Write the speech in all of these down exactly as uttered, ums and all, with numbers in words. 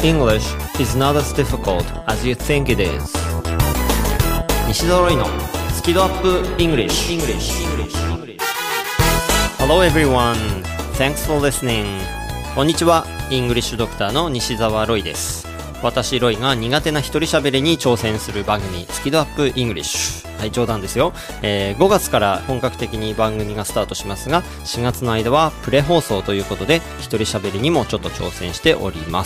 English is not as difficult as you think it is. 西澤ロイのスキドアップ English. Hello everyone. Thanks for listening. こんにちは。イングリッシュドクターの西澤ロイです。私ロイが苦手な一人喋りに挑戦する番組スキドアップ English。はい、冗談ですよ、えー、ごがつから本格的に番組がスタートしますが、しがつの間はプレ放送ということで一人喋りにもちょっと挑戦しております。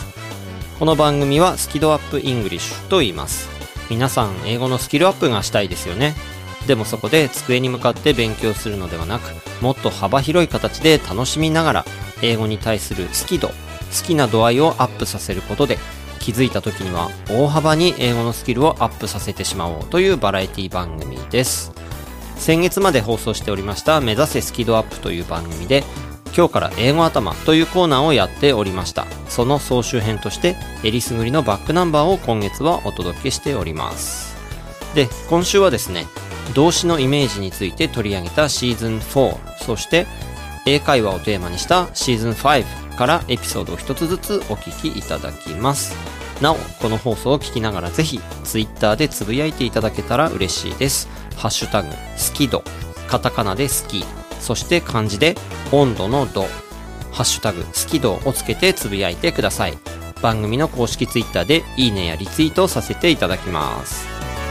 この番組はスキドアップ English と言います。皆さん英語のスキルアップがしたいですよね。でもそこで机に向かって勉強するのではなく、もっと幅広い形で楽しみながら英語に対する好き度、好きな度合いをアップさせることで、気づいた時には大幅に英語のスキルをアップさせてしまおうというバラエティ番組です。先月まで放送しておりました目指せスキドアップという番組で、今日から英語頭というコーナーをやっておりました。その総集編としてえりすぐりのバックナンバーを今月はお届けしております。で、今週はですね、動詞のイメージについて取り上げたシーズンフォー、そして英会話をテーマにしたシーズンファイブからエピソードを一つずつお聞きいただきます。なお、この放送を聞きながらぜひツイッターでつぶやいていただけたら嬉しいです。ハッシュタグスキド、カタカナでスキ、そして漢字で温度の度、ハッシュタグスキドをつけてつぶやいてください。番組の公式ツイッターでいいねやリツイートをさせていただきます。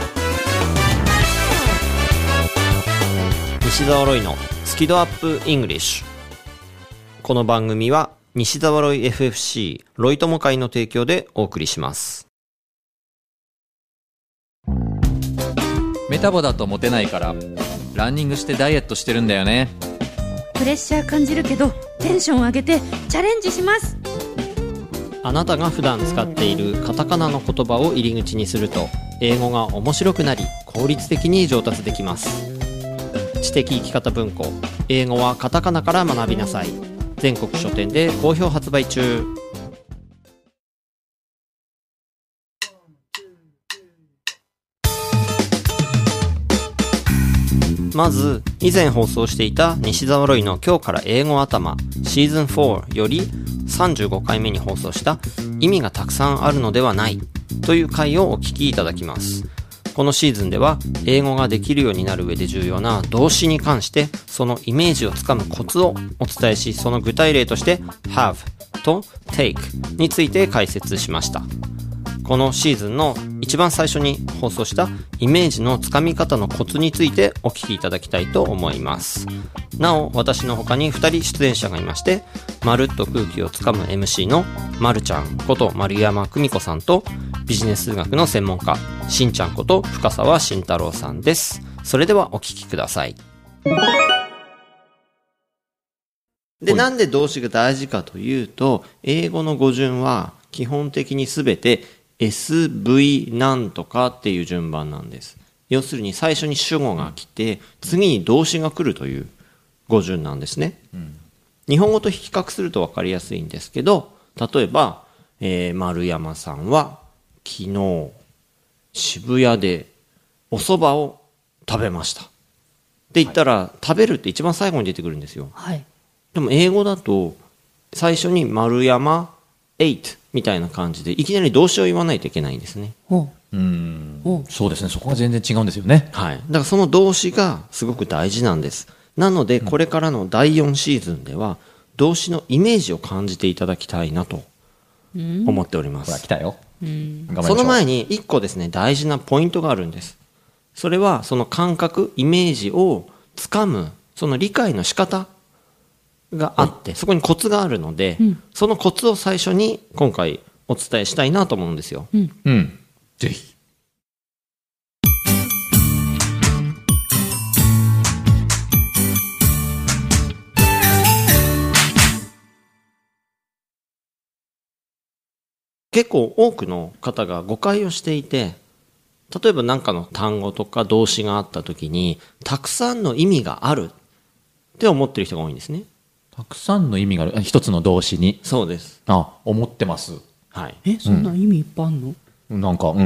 西澤ロイのスキドアップイングリッシュ。この番組は西澤ロイ エフエフシー ロイ友会の提供でお送りします。 メタボだとモテないからランニングしてダイエットしてるんだよね。 プレッシャー感じるけどテンション上げてチャレンジします。 あなたが普段使っているカタカナの言葉を入り口にすると英語が面白くなり効率的に上達できます。知的生き方文庫、英語はカタカナから学びなさい。全国書店で好評発売中。まず以前放送していた西澤ロイの今日から英語頭シーズンフォーよりさんじゅうごかいめに放送した意味がたくさんあるのではないという回をお聞きいただきます。このシーズンでは英語ができるようになる上で重要な動詞に関してそのイメージをつかむコツをお伝えし、その具体例として have と take について解説しました。このシーズンの一番最初に放送したイメージのつかみ方のコツについてお聞きいただきたいと思います。なお、私の他にふたり出演者がいまして、まるっと空気をつかむ エムシー のまるちゃんこと丸山久美子さんと、ビジネス数学の専門家しんちゃんこと深澤慎太郎さんです。それではお聞きください。で、なんで動詞が大事かというと、英語の語順は基本的にすべてエスブイ なんとかっていう順番なんです。要するに最初に主語が来て次に動詞が来るという語順なんですね、うん、日本語と比較すると分かりやすいんですけど、例えば、えー、丸山さんは昨日渋谷でお蕎麦を食べましたって言ったら、はい、食べるって一番最後に出てくるんですよ、はい、でも英語だと最初に丸山 ate みたいな感じでいきなり動詞を言わないといけないんですね。 うーん、そうですね。そこが全然違うんですよね。 はい。だからその動詞がすごく大事なんです。なのでこれからのだいよんシーズンでは動詞のイメージを感じていただきたいなと思っております。 ほら来たよ。 うんその前にいっこですね、大事なポイントがあるんです。それはその感覚、イメージをつかむその理解の仕方があって、そこにコツがあるので、うん、そのコツを最初に今回お伝えしたいなと思うんですよ。うん、 うん、ぜひ。 結構多くの方が誤解をしていて、例えば何かの単語とか動詞があった時にたくさんの意味があるって思ってる人が多いんですね。 たくさんの意味がある一つの動詞に。 そうです。 あ、思ってます。 はい。 え、そんな意味いっぱいあるの？ なんか、うん。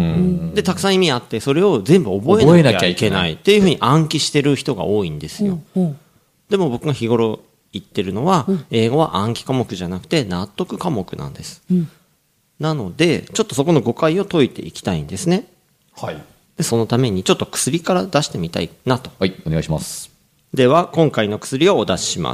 で、たくさん意味あって、それを全部覚えなきゃいけないっていうふうに暗記してる人が多いんですよ。うんうん、でも僕が日頃言ってるのは、うん、英語は暗記科目じゃなくて納得科目なんです。うん、 なのでちょっとそこの誤解を解いていきたいんですね。 はいでそのためにちょっと薬から出してみたいなと。 はいお願いします。 では今回の薬をお出しします。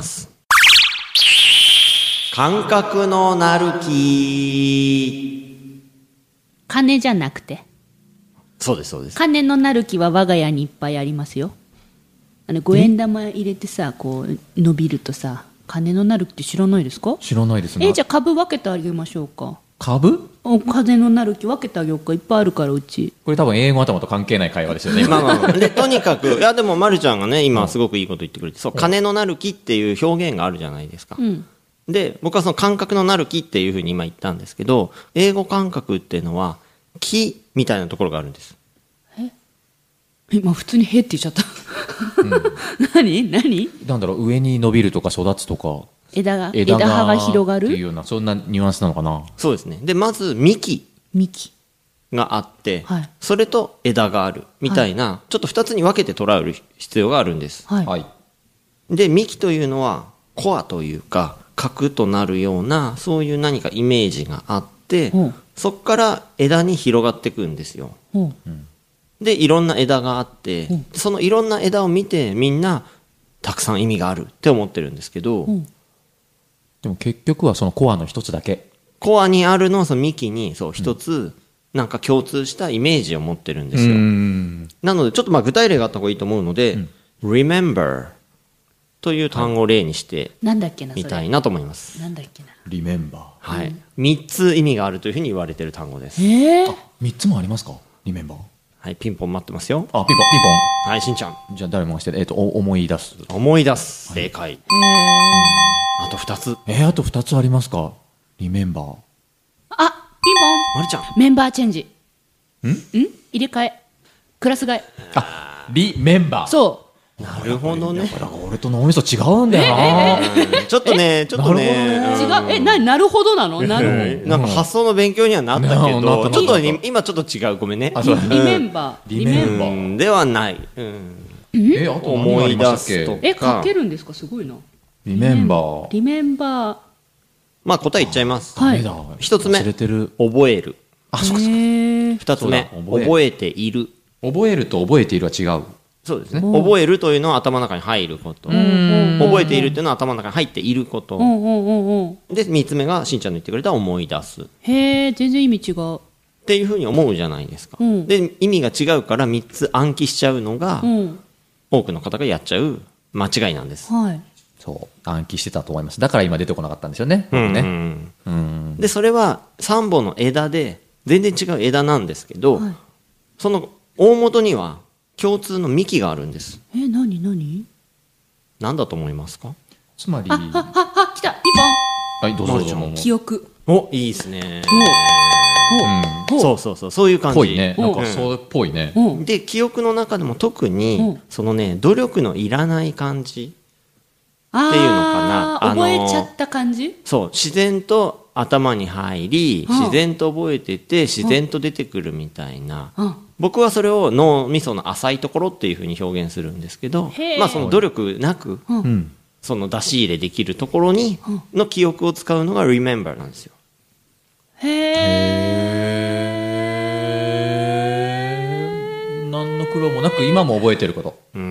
感覚のなる木。 金じゃなくて。 そうですそうです。 金のなる木は我が家にいっぱいありますよ。あの五円玉入れてさ、こう伸びるとさ、金のなる木って知らないですか？ 知らないですね。 えじゃあ株分けてあげましょうか。 株？ お金のなる木分けてあげようか。いっぱいあるからうち。 これ多分英語頭と関係ない会話ですよね。 まあまあまあでとにかくいやでもまるちゃんがね今すごくいいこと言ってくれて、そう金のなる木っていう表現があるじゃないですか。 うんで僕はその感覚のなる木っていうふうに今言ったんですけど、英語感覚っていうのは木みたいなところがあるんです。 今普通にへって言っちゃった、うん、何何なんだろう、上に伸びるとか育つとか枝が枝枝葉が広がっていうるようなそんなニュアンスなのかな。 そうですね。でまず幹幹があって、 はい、 それと枝があるみたいな、はい、ちょっとふたつに分けて捉える必要があるんです。 はい、 はい、 で幹というのはコアというか核となるようなそういう何かイメージがあって、 うん、 そこから枝に広がっていくんですよ。 うんうんでいろんな枝があって、うん、そのいろんな枝を見てみんなたくさん意味があるって思ってるんですけど、うん、 でも結局はそのコアの一つだけ、 コアにあるのはその幹にそう一つ、うん、なんか共通したイメージを持ってるんですよ。なのでちょっとまあ具体例があった方がいいと思うので、うん、remember という単語を例にしてみたいなと思います。 なんだっけな remember、 はい、みっつ意味があるというふうに言われている単語です。 えー、 あみっつもありますか remember。 はい、ピンポン待ってますよ。 あ、ピンポン、ピンポン。 はい、しんちゃん。 じゃあ誰もがしてる。えっ、ー、と、思い出す。 思い出す。正解。はい、あとふたつ。 えー、あとふたつありますか？リメンバー。 あ、ピンポン。 まりちゃん。 メンバーチェンジ。 ん？ん？ 入れ替え。クラス替え。 あ、リメンバー。 そう。 なるほどね。 だから俺と脳みそ違うんだよな。 ちょっとね、ちょっとね。 違う。え、な、なるほどなの？なるほど。 なんか発想の勉強にはなったけど、ちょっと今ちょっと違う。ごめんね。 リメンバー。 リメンバー。 ではない。 え、あと思い出すとか。 え、書けるんですか？すごいな。 リメンバー。 リメンバー。 まあ答え言っちゃいます。 はい。 一つ目。覚える。 あ、そうかそうか。 二つ目。覚えている。 覚えると覚えているは違う。 そうですね。覚えるというのは頭の中に入ること。覚えているというのは頭の中に入っていること。で、三つ目がしんちゃんの言ってくれた思い出す。 へえ、全然意味違う。 っていうふうに思うじゃないですか。うん、で、意味が違うからみっつ暗記しちゃうのが、うん、多くの方がやっちゃう間違いなんです。 はい。 そう。暗記してたと思います。だから今出てこなかったんですよね。うんね。 うん、で、それはさんぼんの枝で、全然違う枝なんですけど、はい、その大元には、共通の幹があるんです。 え、なになに？ なんだと思いますか？ つまり、 あ、あ、あ、来た、ピンポン。 はい、どうぞどうぞ。 記憶。 お、いいですね。うん、そうそうそう、そういう感じ。 ぽいね。なんかそうっぽいね。 で、記憶の中でも特に、そのね、努力のいらない感じっていうのかな。 あ、覚えちゃった感じ？ そう、自然と頭に入り、自然と覚えてて、自然と出てくるみたいな。僕はそれを脳みその浅いところっていうふうに表現するんですけど、まあその努力なく、うん、その出し入れできるところにの記憶を使うのが remember なんですよ。 へえ。何の苦労もなく今も覚えてること。 うん。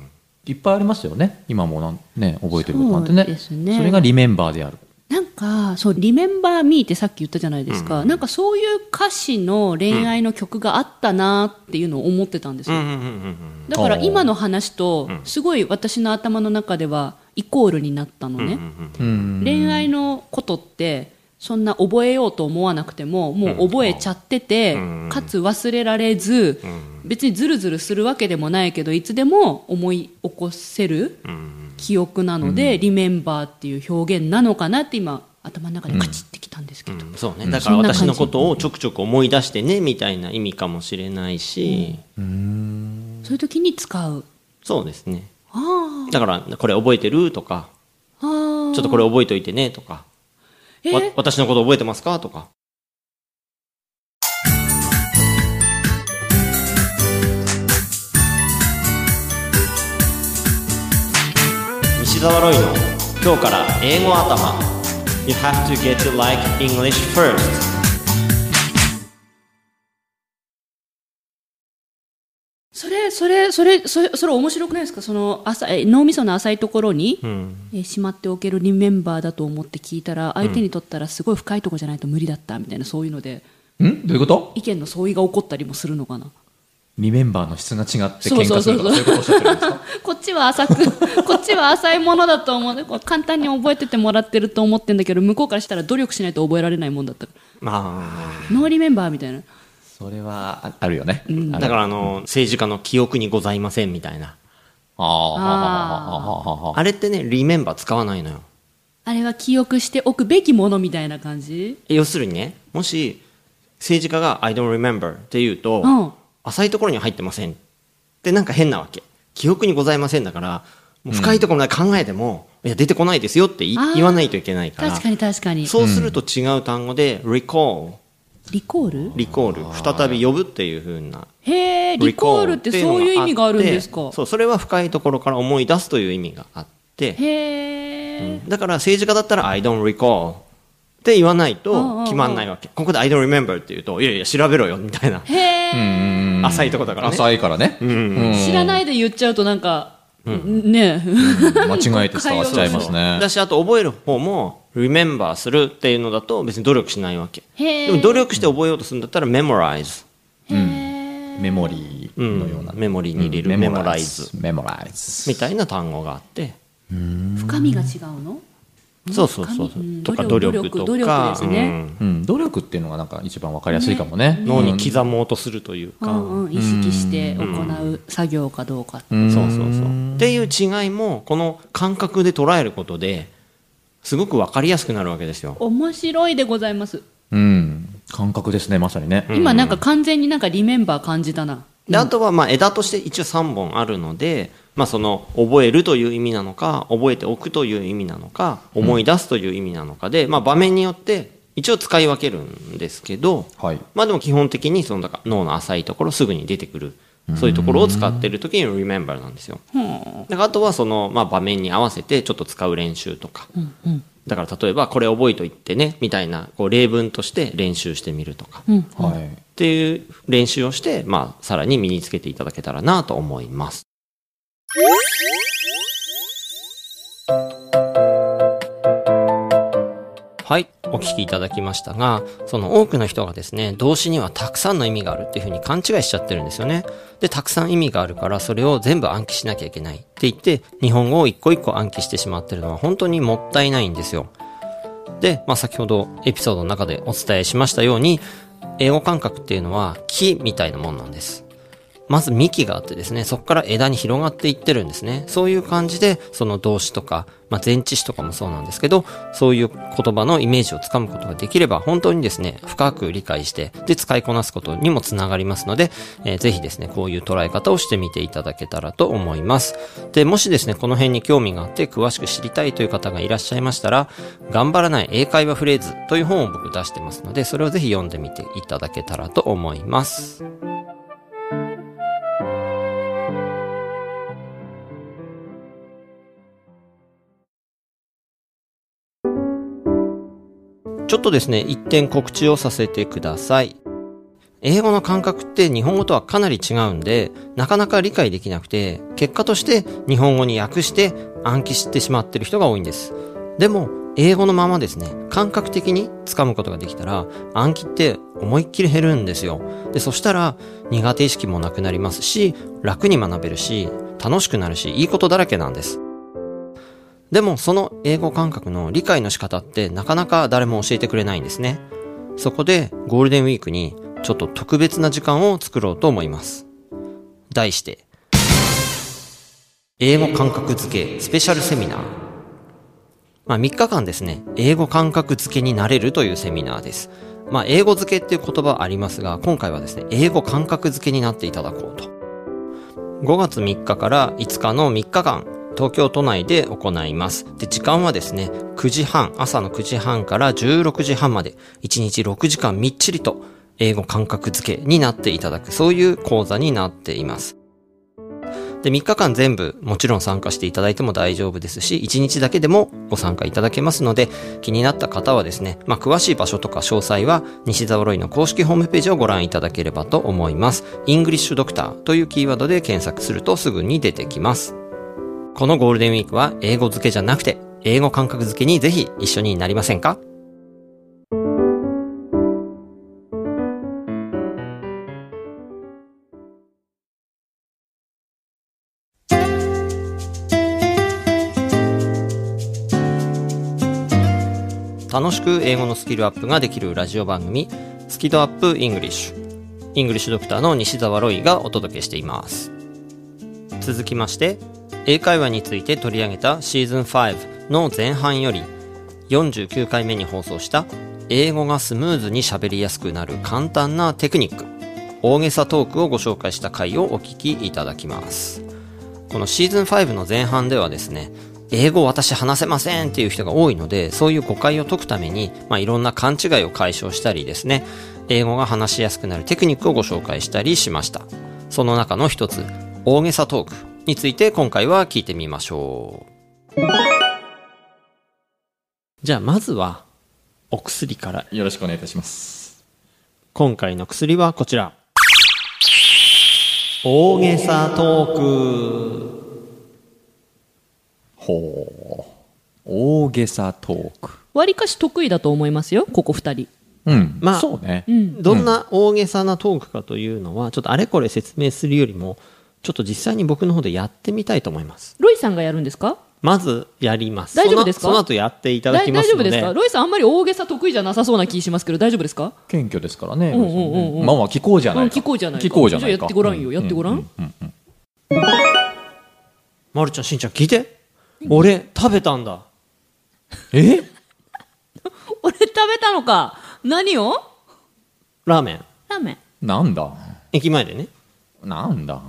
いっぱいありますよね。今もなんね覚えてることなんてね。 そうですね。 それが remember である。 なんかそう「リメンバー・ミー」ってさっき言ったじゃないですか、うん、なんかそういう歌詞の恋愛の曲があったなっていうのを思ってたんですよ、だから今の話とすごい私の頭の中ではイコールになったのね、うん、恋愛のことってそんな覚えようと思わなくてももう覚えちゃってて、うん、かつ忘れられず、うん、別にズルズルするわけでもないけどいつでも思い起こせる、うん記憶なので、うん、リメンバーっていう表現なのかなって今頭の中でカチッてきたんですけど、 うんうん、そうね、だから私のことをちょくちょく思い出してねみたいな意味かもしれないし、 うん、そういう時に使う。 そうですね。あだからこれ覚えてるとかあちょっとこれ覚えといてねとか、えー、私のこと覚えてますかとか。西澤ロイの今日から英語頭 You have to get to like English first それそれそれそれそれ面白くないですか？その浅い脳みその浅いところに、うん、えしまっておけるリメンバーだと思って聞いたら、相手にとったらすごい深いところじゃないと無理だったみたいな、そういうので、 んどういうこと？ 意見の相違が起こったりもするのかな。 リメンバーの質が違って喧嘩するとか、そういうことをおっしゃってるんですか？ こっちは浅くこっちは浅いものだと思うね。簡単に覚えててもらってると思ってんだけど、向こうからしたら努力しないと覚えられないもんだったから、あノーリメンバーみたいな。 それはあるよね、うん、 だからあの、うん、政治家の記憶にございませんみたいな、あああれってね、リメンバー使わないのよ。 あれは記憶しておくべきものみたいな感じ。 要するにね、もし政治家が I don't remember って言うと、うん、浅いところに入ってませんってなんか変なわけ。記憶にございませんだから、もう深いところまで考えても、うん、いや出てこないですよって言わないといけないから。 確かに確かに。 そうすると違う単語で recall、 リコールリコール再び呼ぶっていう風な。 へえ、リコールってそういう意味があるんですか？ そう、それは深いところから思い出すという意味があって、へえ、うん、だから政治家だったら I don't recall って言わないと決まんないわけ。ここで I don't remember って言うと、いやいや調べろよみたいな。へえ、浅いところだからね。 浅いからね、うん、 知らないで言っちゃうとなんか、うん、ねえ、 うん、間違えて伝わっちゃいますね。 だし、あと覚える方もremember するっていうのだと別に努力しないわけ。でも努力して覚えようとするんだったら memorize、 うん、メモリーのような、 うん、メモリーに入れる、 うん、 メモライズメモライズみたいな単語があって、 うーん、深みが違うの？ そうそうそう、うん、とか努力とか努力ですね、 うんうん、努力っていうのがなんか一番わかりやすいかもね、 ね、脳に刻もうとするというか、 うんうん、意識して行う作業かどうか、 うん、そうそうそうっていう違いもこの感覚で捉えることですごくわかりやすくなるわけですよ。 面白いでございます。 うん、感覚ですね、まさにね。 今なんか完全になんかリメンバー感じたな。 で、あとはまあ枝として一応さんぼんあるので、まあ、その覚えるという意味なのか覚えておくという意味なのか思い出すという意味なのかで、まあ、場面によって一応使い分けるんですけど、はい、まあでも基本的にそのだから脳の浅いところすぐに出てくるそういうところを使っている時に remember なんですよ。だからあとはその、まあ、場面に合わせてちょっと使う練習とか、うんうん、だから例えばこれ覚えといてねみたいなこう例文として練習してみるとか、うんはい、っていう練習をして、まあ、さらに身につけていただけたらなと思います。はい、お聞きいただきましたが、その多くの人がですね、動詞にはたくさんの意味があるっていうふうに勘違いしちゃってるんですよね。で、たくさん意味があるからそれを全部暗記しなきゃいけないって言って日本語を一個一個暗記してしまってるのは本当にもったいないんですよ。で、まあ、先ほどエピソードの中でお伝えしましたように、英語感覚っていうのは木みたいなもんなんです。まず幹があってですね、そこから枝に広がっていってるんですね。そういう感じで、その動詞とか、まあ、前置詞とかもそうなんですけど、そういう言葉のイメージをつかむことができれば、本当にですね、深く理解して、で、使いこなすことにもつながりますので、えー、ぜひですね、こういう捉え方をしてみていただけたらと思います。で、もしですね、この辺に興味があって詳しく知りたいという方がいらっしゃいましたら、頑張らない英会話フレーズという本を僕出してますので、それをぜひ読んでみていただけたらと思います。ちょっとですね、一点告知をさせてください。英語の感覚って日本語とはかなり違うんで、なかなか理解できなくて、結果として日本語に訳して暗記してしまってる人が多いんです。でも、英語のままですね、感覚的に掴むことができたら、暗記って思いっきり減るんですよ。で、そしたら苦手意識もなくなりますし、楽に学べるし、楽しくなるし、いいことだらけなんです。でもその英語感覚の理解の仕方ってなかなか誰も教えてくれないんですね。そこでゴールデンウィークにちょっと特別な時間を作ろうと思います。題して、英語感覚付けスペシャルセミナー。まあみっかかんですね、英語感覚付けになれるというセミナーです。まあ英語付けっていう言葉ありますが、今回はですね、英語感覚付けになっていただこうと。ごがつみっかからいつかのみっかかん、東京都内で行います。で、時間はですね、くじはん、朝のくじはんからじゅうろくじはんまで、いちにちろくじかんみっちりと英語感覚付けになっていただく、そういう講座になっています。 で、みっかかん全部もちろん参加していただいても大丈夫ですし、いちにちだけでもご参加いただけますので、気になった方はですね、まあ、詳しい場所とか詳細は西澤ロイの公式ホームページをご覧いただければと思います。イングリッシュドクターというキーワードで検索するとすぐに出てきます。このゴールデンウィークは英語漬けじゃなくて、英語感覚漬けにぜひ一緒になりませんか？楽しく英語のスキルアップができるラジオ番組、スキドアップイングリッシュ。イングリッシュドクターの西澤ロイがお届けしています。続きまして、英会話について取り上げたシーズンごの前半よりよんじゅうきゅうかいめに放送した英語がスムーズに喋りやすくなる簡単なテクニック、大げさトークをご紹介した回をお聞きいただきます。このシーズンごの前半ではですね、英語私話せませんっていう人が多いので、そういう誤解を解くために、まあ、いろんな勘違いを解消したりですね、英語が話しやすくなるテクニックをご紹介したりしました。その中の一つ、大げさトークについて今回は聞いてみましょう。じゃあまずはお薬からよろしくお願いいたします。 今回の薬はこちら、大げさトーク。 ほう、大げさトーク。 わりかし得意だと思いますよ、ここふたり。 うん、 まあそうね、 うん、 どんな大げさなトークかというのはちょっとあれこれ説明するよりも、ちょっと実際に僕の方でやってみたいと思います。 ロイさんがやるんですか？ まずやります。 大丈夫ですか？ その、その後やっていただきますので。 大丈夫ですか？ロイさんあんまり大げさ得意じゃなさそうな気しますけど、大丈夫ですか？ 謙虚ですからね。 うんうんうんうん、 まあまあ聞こうじゃないか。 うん、聞こうじゃないか。 聞こうじゃないか。 じゃあやってごらんよ、やってごらん。 うんうんうん、 まるちゃん、しんちゃん聞いて。俺食べたんだ。 え俺食べたのか。何を？ ラーメン。 ラーメン。 なんだ。 駅前でね。 なんだ。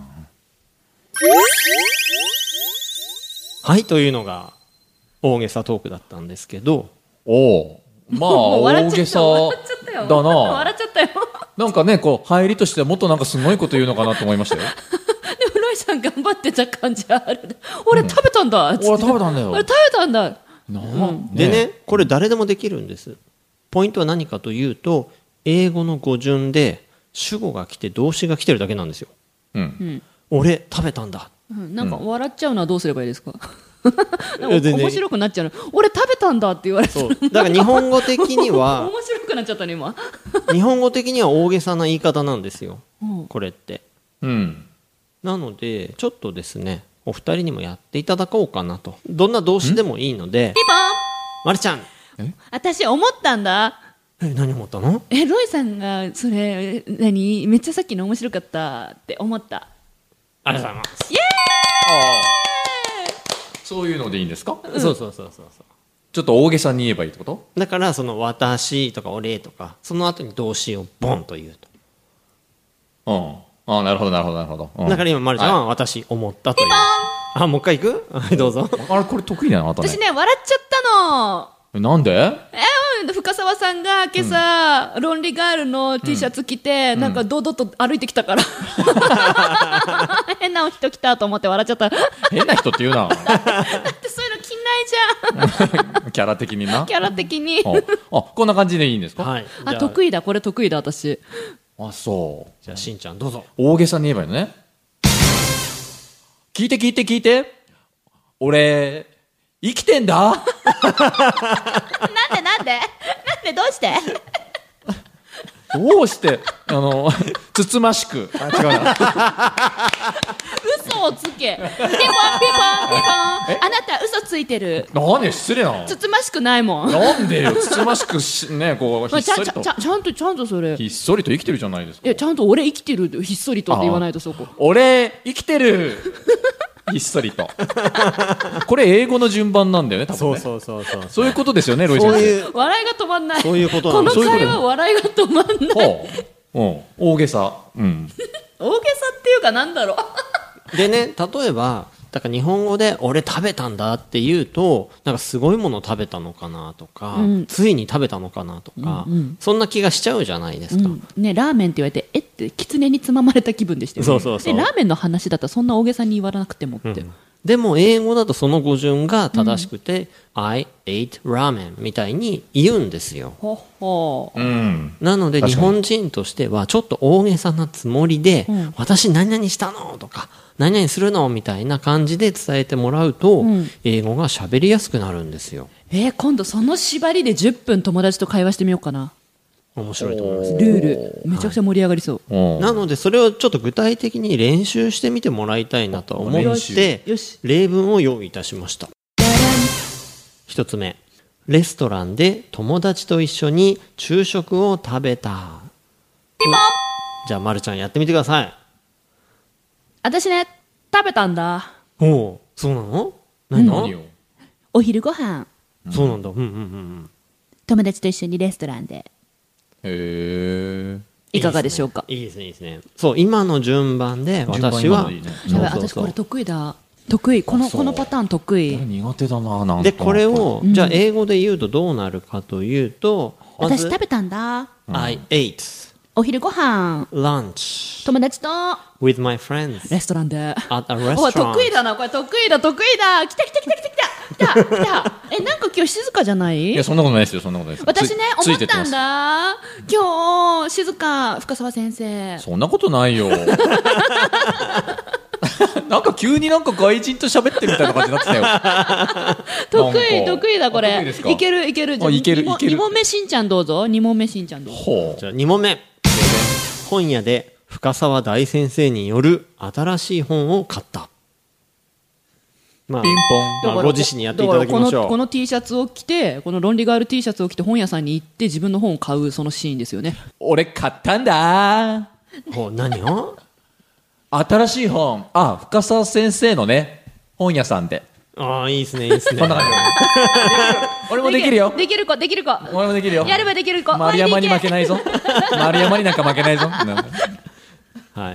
はい、というのが大げさトークだったんですけど。 おお。まあ大げさだな。 笑っちゃったよ。 なんかね、こう入りとしてはもっとなんかすごいこと言うのかなと思いましたよ。 でもロイさん頑張ってた感じある。俺食べたんだ。 うん、俺食べたんだよ。 俺食べたんだ。なうん、でね、これ誰でもできるんです。ポイントは何かというと、英語の語順で主語が来て動詞が来てるだけなんですよ。 うん、 俺食べたんだ、 うん、なんか笑っちゃうのはどうすればいいですか？なんか面白くなっちゃうの。俺食べたんだって言われて、 そうだから日本語的には面白くなっちゃったね今。 日本語的には大げさな言い方なんですよ、 うん、 これって、 うん、 なのでちょっとですね、お二人にもやっていただこうかなと。どんな動詞でもいいので。 ピポン。 まるちゃん、 私思ったんだ。 え、何思ったの？ え、ロイさんがそれ何めっちゃさっきの面白かったって思った。 ありがとうございます。 イエーイ。 そういうのでいいんですか？ うん、そうそうそうそう。 ちょっと大げさに言えばいいってこと？ だからその私とか俺とかその後に動詞をボンと言うと。うん。ああ、なるほどなるほどなるほど。うん、 だから今まるちゃんは私思ったという。あ、もう一回行く？はい、どうぞ。 あれこれ得意だな、あとね。 私ね笑っちゃったの。 なんで？ えー、深澤さんが今朝、うん、ロンリーガールの T シャツ着て、うん、なんか堂々と歩いてきたから、うん、変な人来たと思って笑っちゃった。 変な人って言うな。 だってそういうの着ないじゃん。 キャラ的にな。 キャラ的に。 あ、こんな感じでいいんですか？ はい。 あ、得意だ、これ得意だ私。 あ、そう。 じゃあしんちゃんどうぞ。 大げさに言えばいいのね。聞いて聞いて聞いて。俺生きてんだ。なんでなんでなんでどうして？ どうしてあのつつましく。あ、違うな。 嘘をつけ。ピンポンピンポンピンポン。あなた嘘ついてる。 なんで失礼なの？ つつましくないもん。 なんでよ、つつましくしね、こうひっそりと。 ちゃんちゃんとちゃんとそれ。 ひっそりと生きてるじゃないですか。 いや、ちゃんと俺生きてるひっそりとって言わないとそこ。 俺生きてる。ひっそりと。これ英語の順番なんだよね、多分ね。 そうそうそうそう。 そういうことですよね、ロイ先生。 そういう笑いが止まんない。 そういうことなの。この会話笑いが止まんない。 うん、大げさ。うん。 大げさっていうかなんだろう。でね、例えばだから日本語で俺食べたんだって言うと、なんかすごいもの食べたのかなとか、うん、ついに食べたのかなとか、うんうん、そんな気がしちゃうじゃないですか。 うん、ね、ラーメンって言われてえっって狐につままれた気分でしたよね。 そうそうそう。 でラーメンの話だったらそんな大げさに言わなくてもって、 うん、でも英語だとその語順が正しくて、うん、I ate ramen みたいに言うんですよ。 ほほ、 うん、 なので日本人としてはちょっと大げさなつもりで、うん、私何々したのとか何々するのみたいな感じで伝えてもらうと、うん、英語が喋りやすくなるんですよ。 えー、今度その縛りでじゅっぷん友達と会話してみようかな。 面白いと思います。 ルールめちゃくちゃ盛り上がりそう、 はい、なのでそれをちょっと具体的に練習してみてもらいたいなと思って例文を用意いたしました。一つ目、レストランで友達と一緒に昼食を食べた。 ピンポン。 じゃあまるちゃんやってみてください。 私ね食べたんだ。 おお、そうなの？何の？ うん、お昼ご飯。 そうなんだ。うんうんうんうん。 友達と一緒にレストランで。 へえ。 いかがでしょうか。 いいですね、いいですね。そう、今の順番で私は、 いいね、 そうそうそう、 私これ得意だ。得意。このこのパターン得意。 苦手だな。なんかでこれを、うん、じゃあ英語で言うとどうなるかというと、 ま、私食べたんだ。 I ate。 お昼ご飯。 lunch。 友達と。 with my friends。 レストランで。 at a restaurant。 得意だな、これ得意だ得意だ。来た来た来た来た来た。来た来た。え、なんか今日静かじゃない？ いや、そんなことないですよ、そんなことないです。 私ね、思ったんだ。今日、静か、深澤先生。 そんなことないよ。なんか急になんか外人と喋ってるみたいな感じになってたよ。 得意、得意だ、これ。いける、いける。 じゃあ、いける、いける。 に問目しんちゃんどうぞ。に問目しんちゃんどうぞ。 ほう。じゃあに問目。本屋で深澤大先生による新しい本を買った。まあ、 ピンポン。 まあ、ご自身にやっていただきましょう。 この、この T シャツを着て、この論理ガール T シャツを着て本屋さんに行って自分の本を買うそのシーンですよね。 俺買ったんだ。 ほう、何を？ 新しい本。あ、深澤先生のね、本屋さんで。 ああ、いいですね、いいですね。 こんな感じ。俺もできるよ。 できる子、できる子。 俺もできるよ。 やればできる子。 丸山に負けないぞ。丸山になんか負けないぞ。 はい。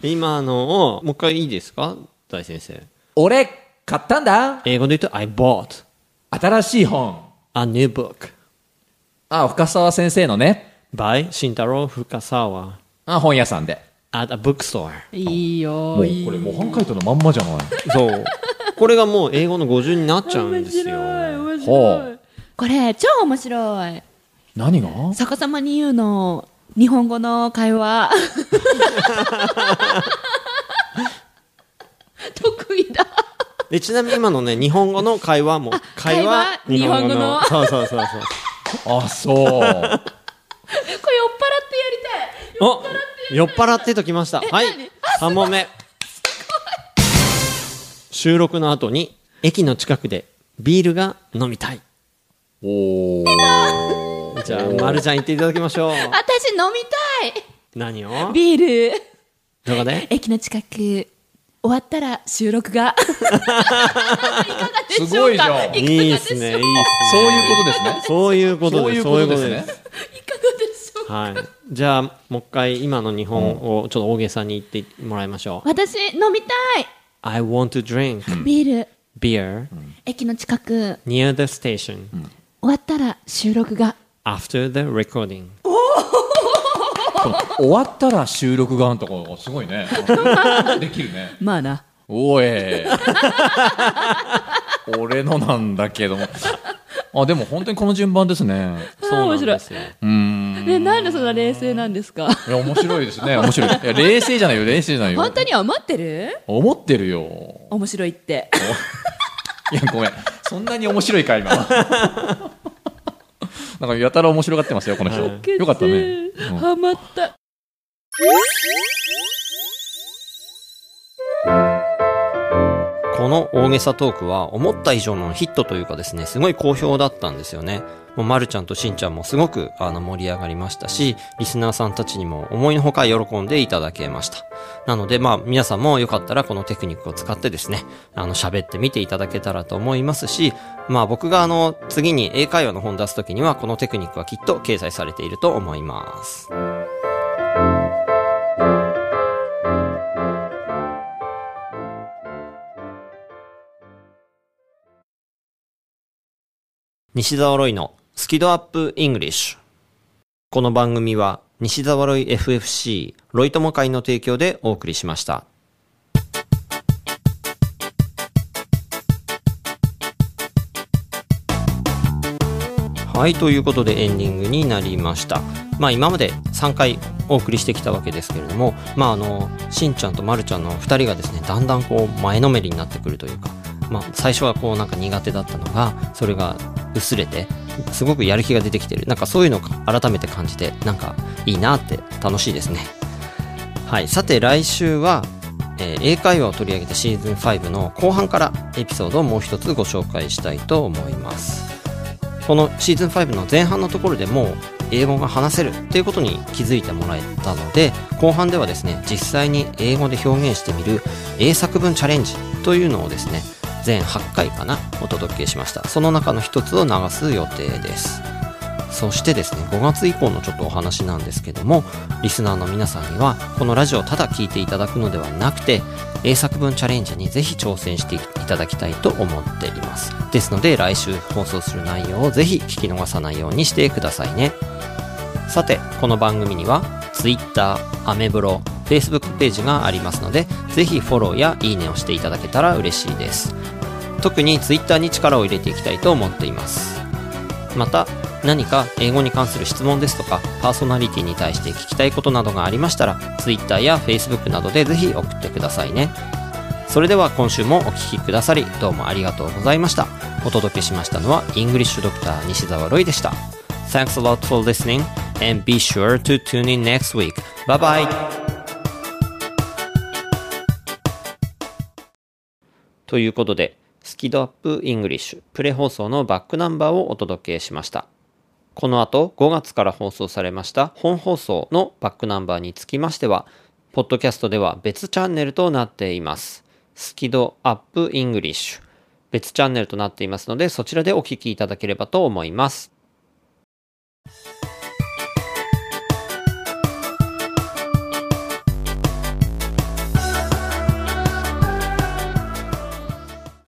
今のを、もう一回いいですか？大先生。 俺、買ったんだ。 英語で言うと I bought 新しい本 A new book あ、深澤先生のね by 慎太郎深澤あ、本屋さんで at a bookstore いいよ。 もうこれ模範解答のまんまじゃない。 そうこれがもう英語の語順になっちゃうんですよ。 面白い面白い。これ超面白い。 何が？ 逆さまに言うの日本語の会話得意だ。 でちなみに今のね日本語の会話も会話日本語のそうそうそうそうあ、そう。 これ酔っ払ってやりたい。 お酔っ払ってときました。はいさん問目。収録の後に駅の近くでビールが飲みたい。 おーじゃあまるちゃん言っていただきましょう。 私飲みたい。 何を？ ビール。 どこで？ 駅の近く。終わったら収録がいかがでしょうか。 すごいじゃん。 いいですね、いいですね。 そういうことですね。 そういうことです。 そういうことですね。 いかがでしょうか。 はい。じゃあもう一回今の日本をちょっと大げさに言ってもらいましょう。 私飲みたい。 I want to drink ビール beer 駅の近く near the station 終わったら収録が after the recording。 終わったら収録があんとこすごいね。できるね。 まあな。 おい俺のなんだけども。あ、でも本当にこの順番ですね。 そうなんですよ。 うーん。 ね、なんでそんな冷静なんですか？ いや面白いですね。面白い。いや冷静じゃないよ、冷静じゃないよ。 本当に思ってる？ 思ってるよ。 面白いって。 いやごめん。そんなに面白いか今。なんかやたら面白がってますよこの人。よかったね。うん、 ハマった。 この大げさトークは思った以上のヒットというかですね、すごい好評だったんですよね。もうまるちゃんとしんちゃんもすごくあの盛り上がりましたし、リスナーさんたちにも思いのほか喜んでいただけました。なのでまあ皆さんもよかったらこのテクニックを使ってですね、あの喋ってみていただけたらと思いますし、まあ僕があの次に英会話の本出すときにはこのテクニックはきっと掲載されていると思います。西澤ロイのスキドアップイングリッシュ。この番組は西澤ロイ エフエフシー ロイ友会の提供でお送りしました。はい、ということでエンディングになりました。まあ今までさんかいお送りしてきたわけですけれども、まああのしんちゃんとまるちゃんのふたりがですね、だんだんこう前のめりになってくるというか、まあ最初はこうなんか苦手だったのが、それが薄れてすごくやる気が出てきてる、なんかそういうのを改めて感じて、なんかいいなって楽しいですね。はい、さて来週は、えー、英会話を取り上げたシーズンファイブの後半からエピソードをもう一つご紹介したいと思います。このシーズンファイブの前半のところでもう英語が話せるっていうことに気づいてもらえたので、後半ではですね、実際に英語で表現してみる英作文チャレンジというのをですね、全はちかいかなお届けしました。その中の一つを流す予定です。そしてですね、ごがつ以降のちょっとお話なんですけども、リスナーの皆さんにはこのラジオをただ聞いていただくのではなくて、英作文チャレンジにぜひ挑戦していただきたいと思っています。ですので来週放送する内容をぜひ聞き逃さないようにしてくださいね。さて、この番組には Twitter、アメブロ、Facebook ページがありますので、ぜひフォローやいいねをしていただけたら嬉しいです。特に Twitter に力を入れていきたいと思っています。また何か英語に関する質問ですとか、パーソナリティに対して聞きたいことなどがありましたら Twitter や Facebook などでぜひ送ってくださいね。それでは今週もお聞きくださりどうもありがとうございました。お届けしましたのはイングリッシュドクター西澤ロイでした。 Thanks a lot for listening and be sure to tune in next week. Bye bye. ということでスキドアップイングリッシュプレ放送のバックナンバーをお届けしました。この後ごがつから放送されました本放送のバックナンバーにつきましては、ポッドキャストでは別チャンネルとなっています。スキドアップイングリッシュ別チャンネルとなっていますので、そちらでお聞きいただければと思います。